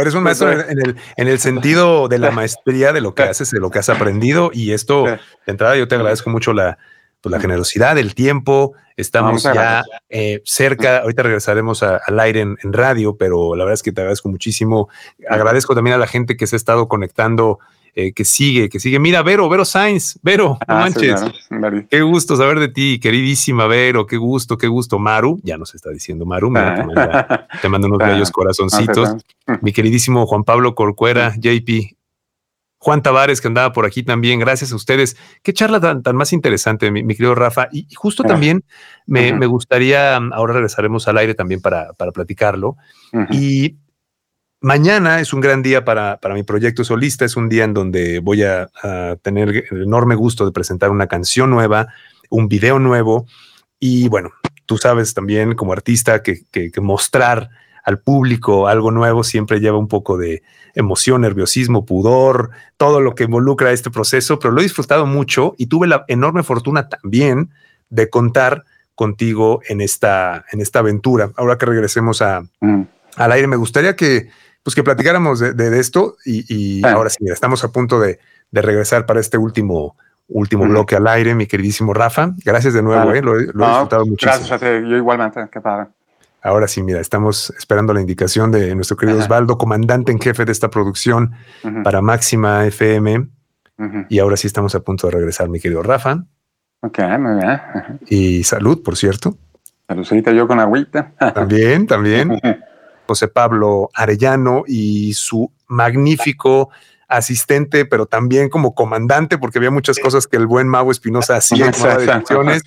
en el sentido de la maestría de lo que haces, de lo que has aprendido, y esto, de entrada, yo te agradezco mucho la generosidad, el tiempo. Estamos ya cerca, ahorita regresaremos al aire en radio, pero la verdad es que te agradezco muchísimo. Agradezco también a la gente que se ha estado conectando, que sigue. Mira, Vero Sainz, no manches. Sí, claro. Qué gusto saber de ti, queridísima Vero, qué gusto. Maru, ya nos está diciendo Maru, mira, te mando unos bellos corazoncitos. Mi queridísimo Juan Pablo Corcuera, JP, Juan Tavares, que andaba por aquí también, gracias a ustedes. Qué charla tan más interesante, mi querido Rafa. Y justo también me gustaría, ahora regresaremos al aire también para platicarlo. Y mañana es un gran día para mi proyecto solista. Es un día en donde voy a tener el enorme gusto de presentar una canción nueva, un video nuevo. Y bueno, tú sabes también como artista que mostrar al público algo nuevo siempre lleva un poco de emoción, nerviosismo, pudor, todo lo que involucra este proceso, pero lo he disfrutado mucho y tuve la enorme fortuna también de contar contigo en esta aventura. Ahora que regresemos al aire, me gustaría que platicáramos de esto y ahora sí, estamos a punto de regresar para este último bloque al aire, mi queridísimo Rafa. Gracias de nuevo, lo he disfrutado muchísimo. Gracias a ti, yo igualmente, qué padre. Ahora sí, mira, estamos esperando la indicación de nuestro querido Osvaldo, comandante en jefe de esta producción para Máxima FM. Y ahora sí estamos a punto de regresar, mi querido Rafa. Ok, muy bien. Y salud, por cierto. Saludcita yo con agüita. También. José Pablo Arellano y su magnífico asistente, pero también como comandante, porque había muchas cosas que el buen Mau Espinosa hacía y tomaba decisiones.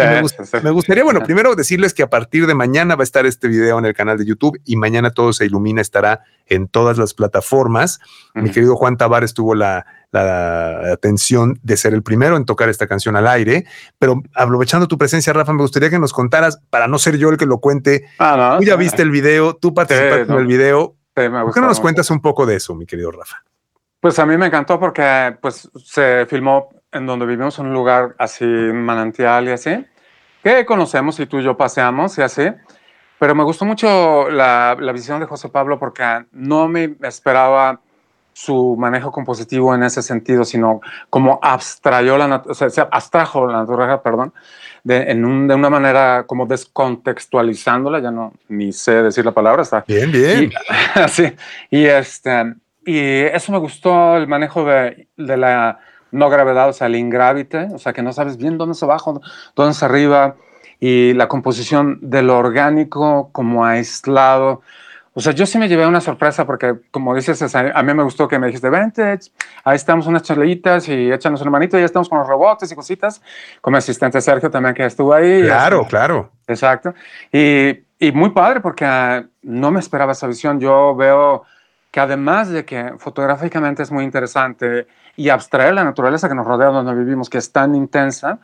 Me gustaría, primero decirles que a partir de mañana va a estar este video en el canal de YouTube y mañana Todo se ilumina estará en todas las plataformas. Mi querido Juan Tavares tuvo la atención de ser el primero en tocar esta canción al aire, pero aprovechando tu presencia, Rafa, me gustaría que nos contaras, para no ser yo el que lo cuente. Tú ya viste el video, tú participaste en el video. ¿Por qué no nos cuentas un poco de eso, mi querido Rafa? Pues a mí me encantó porque se filmó en donde vivimos, en un lugar así, manantial y así. que conocemos y tú y yo paseamos y así. Pero me gustó mucho la visión de José Pablo porque no me esperaba su manejo compositivo en ese sentido, sino como o sea, se abstrajo la naturaleza, perdón, de una manera como descontextualizándola, ya no ni sé decir la palabra, está bien, bien. Y, así, y eso me gustó, el manejo de la no gravedad, o sea, el ingravite, o sea, que no sabes bien dónde es abajo, dónde es arriba, y la composición de lo orgánico como aislado. O sea, yo sí me llevé una sorpresa porque, como dices, a mí me gustó que me dijiste, vente, ahí estamos unas charlitas y échanos una manito, y ya estamos con los robots y cositas, con mi asistente Sergio también que estuvo ahí. Claro, claro. Exacto. Y muy padre porque no me esperaba esa visión. Yo veo que además de que fotográficamente es muy interesante y abstraer la naturaleza que nos rodea donde vivimos, que es tan intensa,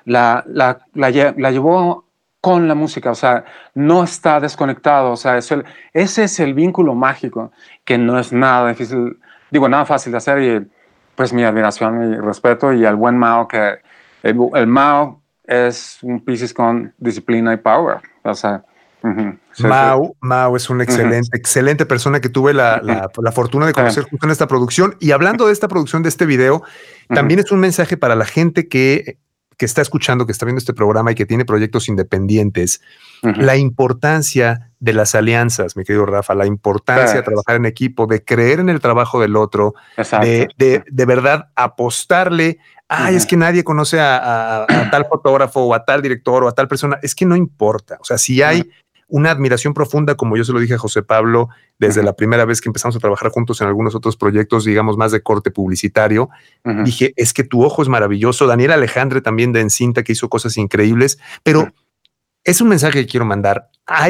la llevó con la música, o sea, no está desconectado, o sea, ese es el vínculo mágico, que no es nada difícil, digo, nada fácil de hacer, y pues mi admiración y respeto, y al buen Mao, que el Mao es un Piscis con disciplina y power, o sea, sí, Mao es una excelente persona que tuve la fortuna de conocer justo en esta producción. Y hablando de esta producción, de este video, también es un mensaje para la gente que está escuchando, que está viendo este programa y que tiene proyectos independientes, la importancia de las alianzas, mi querido Rafa, la importancia de trabajar en equipo, de creer en el trabajo del otro, de verdad apostarle. Ay, es que nadie conoce a tal fotógrafo o a tal director o a tal persona. Es que no importa. O sea, si hay una admiración profunda, como yo se lo dije a José Pablo desde la primera vez que empezamos a trabajar juntos en algunos otros proyectos, digamos, más de corte publicitario, dije, es que tu ojo es maravilloso. Daniel Alejandre también de Encinta, que hizo cosas increíbles, pero es un mensaje que quiero mandar.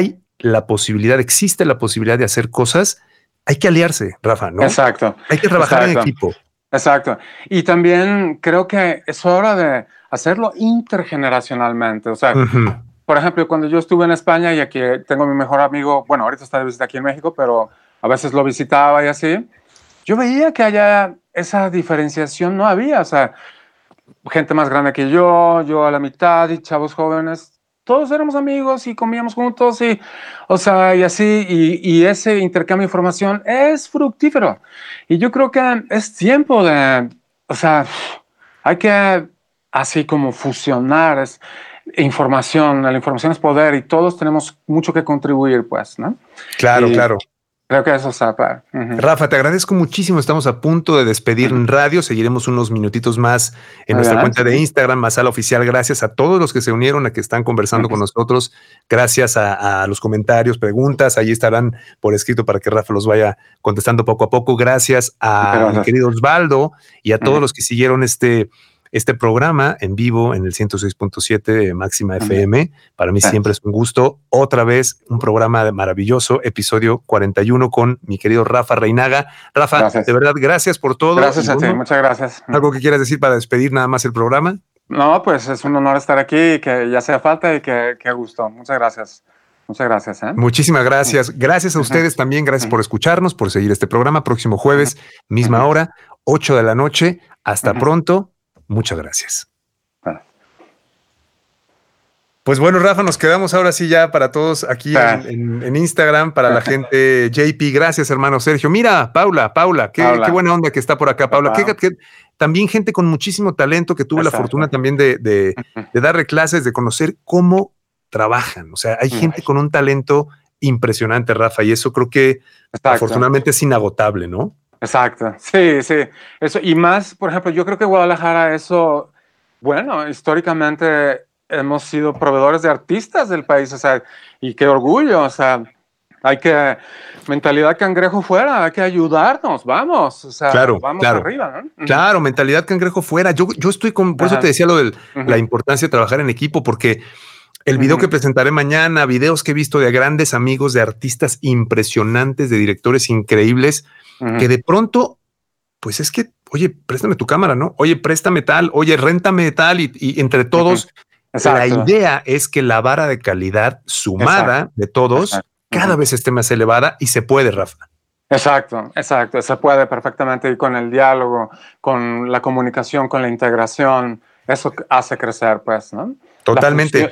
Existe la posibilidad de hacer cosas. Hay que aliarse, Rafa, ¿no? Exacto. Hay que trabajar en equipo. Exacto. Y también creo que es hora de hacerlo intergeneracionalmente. O sea, por ejemplo, cuando yo estuve en España, y aquí tengo mi mejor amigo, bueno, ahorita está de visita aquí en México, pero a veces lo visitaba y así, yo veía que allá esa diferenciación no había. O sea, gente más grande que yo a la mitad y chavos jóvenes, todos éramos amigos y comíamos juntos y, o sea, y así, y ese intercambio de información es fructífero. Y yo creo que es tiempo de, o sea, hay que así como fusionar información, la información es poder y todos tenemos mucho que contribuir, pues, ¿no? Claro, claro. Creo que eso está para. Rafa, te agradezco muchísimo. Estamos a punto de despedir en radio. Seguiremos unos minutitos más en nuestra cuenta de Instagram, Masala Oficial. Gracias a todos los que se unieron, a que están conversando con nosotros. Gracias a los comentarios, preguntas. Ahí estarán por escrito para que Rafa los vaya contestando poco a poco. Gracias a mi querido Osvaldo y a todos los que siguieron este programa en vivo en el 106.7 de Máxima FM. Para mí siempre es un gusto. Otra vez un programa maravilloso, episodio 41 con mi querido Rafa Reinaga. Rafa, de verdad, gracias por todo. Gracias a ti, muchas gracias. ¿Algo que quieras decir para despedir nada más el programa? No, pues es un honor estar aquí, que ya sea falta y que gusto. Muchas gracias. Muchas gracias. Muchísimas gracias. Gracias a ustedes también. Gracias por escucharnos, por seguir este programa. Próximo jueves, misma hora, 8 de la noche. Hasta pronto. Muchas gracias. Pues bueno, Rafa, nos quedamos ahora sí ya para todos aquí en Instagram, para la gente. JP, gracias, hermano Sergio. Mira, Paula, qué buena onda que está por acá, Paula. También gente con muchísimo talento que tuve la fortuna también de darle clases, de conocer cómo trabajan. O sea, hay gente con un talento impresionante, Rafa, y eso creo que afortunadamente es inagotable, ¿no? Exacto, sí. Eso, y más, por ejemplo, yo creo que Guadalajara, eso, bueno, históricamente hemos sido proveedores de artistas del país, o sea, y qué orgullo, o sea, mentalidad cangrejo fuera, hay que ayudarnos, vamos, o sea, vamos arriba, ¿no? Claro, mentalidad cangrejo fuera. Yo estoy por eso te decía lo de la importancia de trabajar en equipo, porque el video que presentaré mañana, videos que he visto de grandes amigos, de artistas impresionantes, de directores increíbles, que de pronto, pues es que, oye, préstame tu cámara, ¿no? Oye, préstame tal, oye, réntame tal, y entre todos, la idea es que la vara de calidad sumada de todos cada vez esté más elevada y se puede, Rafa. Exacto, se puede perfectamente, y con el diálogo, con la comunicación, con la integración, eso hace crecer, pues, ¿no? Totalmente.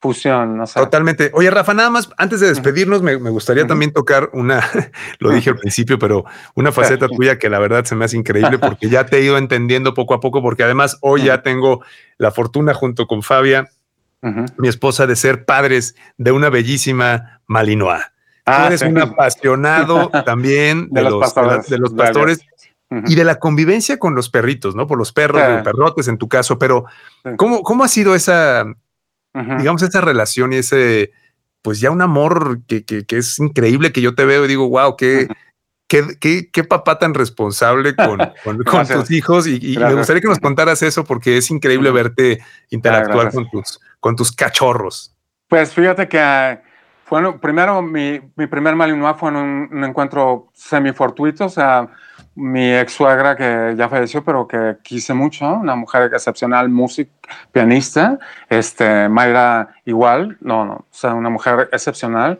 fusión, no sé. Totalmente. Oye, Rafa, nada más, antes de despedirnos, me gustaría también tocar lo dije al principio, pero una faceta tuya que la verdad se me hace increíble porque ya te he ido entendiendo poco a poco, porque además hoy ya tengo la fortuna junto con Fabia, mi esposa, de ser padres de una bellísima Malinois. Tú eres un apasionado también de los pastores. Y de la convivencia con los perritos, ¿no? Por los perros, los perrotes en tu caso, pero ¿cómo ha sido esa, digamos, esa relación y ese, pues ya un amor que es increíble, que yo te veo y digo, wow, qué papá tan responsable con tus hijos y me gustaría que nos contaras eso porque es increíble verte interactuar con tus cachorros. Pues fíjate que primero mi primer Malinois fue en un encuentro semifortuito, o sea, mi ex suegra que ya falleció, pero que quise mucho, una mujer excepcional, pianista, Mayra igual, o sea, una mujer excepcional.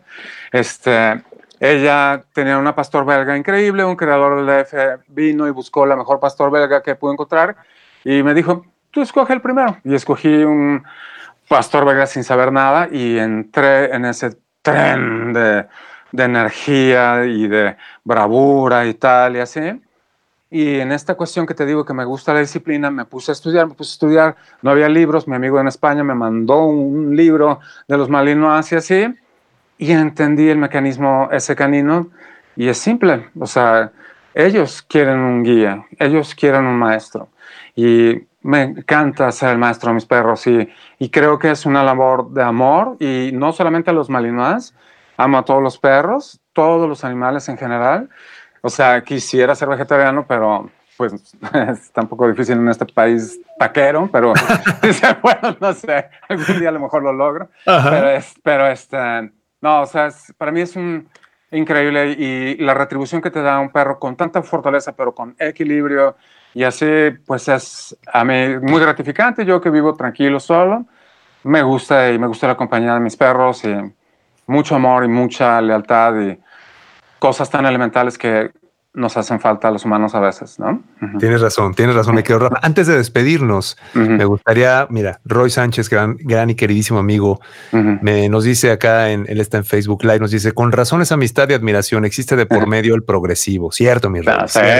Ella tenía una pastor belga increíble, un creador del DF vino y buscó la mejor pastor belga que pudo encontrar y me dijo, tú escoge el primero. Y escogí un pastor belga sin saber nada y entré en ese tren de energía y de bravura y tal y así. Y en esta cuestión que te digo que me gusta la disciplina, me puse a estudiar, no había libros, mi amigo en España me mandó un libro de los Malinois y así, y entendí el mecanismo ese canino, y es simple, o sea, ellos quieren un guía, ellos quieren un maestro, y me encanta ser el maestro de mis perros, y creo que es una labor de amor, y no solamente a los Malinois, amo a todos los perros, todos los animales en general. O sea, quisiera ser vegetariano, pero pues es un poco difícil en este país taquero, pero bueno, no sé, algún día a lo mejor lo logro. Pero no, o sea, para mí es increíble y la retribución que te da un perro con tanta fortaleza, pero con equilibrio y así, pues es a mí muy gratificante. Yo que vivo tranquilo solo, me gusta la compañía de mis perros y mucho amor y mucha lealtad y cosas tan elementales que nos hacen falta a los humanos a veces, ¿no? Tienes razón, me quedo, Rafa. Antes de despedirnos, me gustaría, mira, Roy Sánchez, gran y queridísimo amigo, nos dice acá, él está en Facebook Live, nos dice, con razón esa amistad y admiración existe de por medio el progresivo. Cierto, mi Roy. Sí.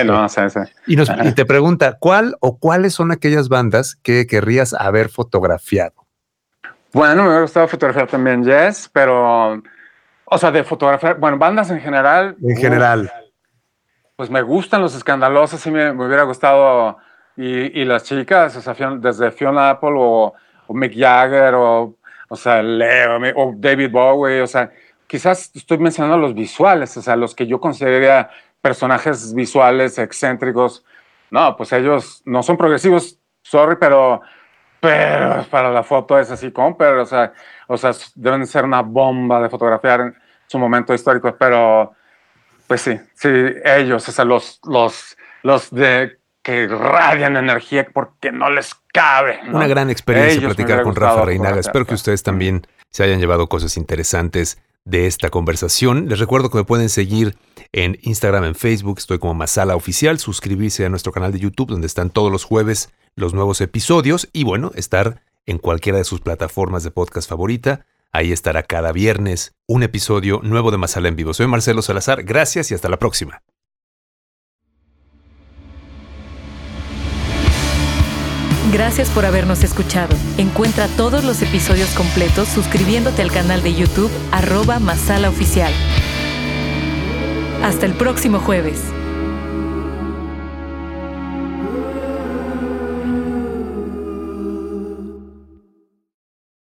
Y te pregunta, ¿cuál o cuáles son aquellas bandas que querrías haber fotografiado? Bueno, me hubiera gustado fotografiar también Yes, pero... O sea, de fotografiar, bueno, bandas en general. Pues me gustan los escandalosos, sí me hubiera gustado. Y las chicas, o sea, desde Fiona Apple o Mick Jagger o sea, Leo o David Bowie, o sea, quizás estoy mencionando los visuales, o sea, los que yo consideraría personajes visuales excéntricos. No, pues ellos no son progresivos, sorry, pero para la foto es así como, pero, o sea, deben ser una bomba de fotografiar en su momento histórico, pero pues sí, ellos, o sea, los de que irradian energía porque no les cabe, ¿no? Una gran experiencia platicar con Rafa Reinaga. Espero que ustedes también se hayan llevado cosas interesantes de esta conversación. Les recuerdo que me pueden seguir en Instagram, en Facebook, estoy como Masala Oficial, suscribirse a nuestro canal de YouTube, donde están todos los jueves los nuevos episodios y bueno, estar en cualquiera de sus plataformas de podcast favorita. Ahí estará cada viernes un episodio nuevo de Masala en Vivo. Soy Marcelo Salazar, gracias y hasta la próxima. Gracias por habernos escuchado. Encuentra todos los episodios completos suscribiéndote al canal de YouTube @Masala Oficial. Hasta el próximo jueves.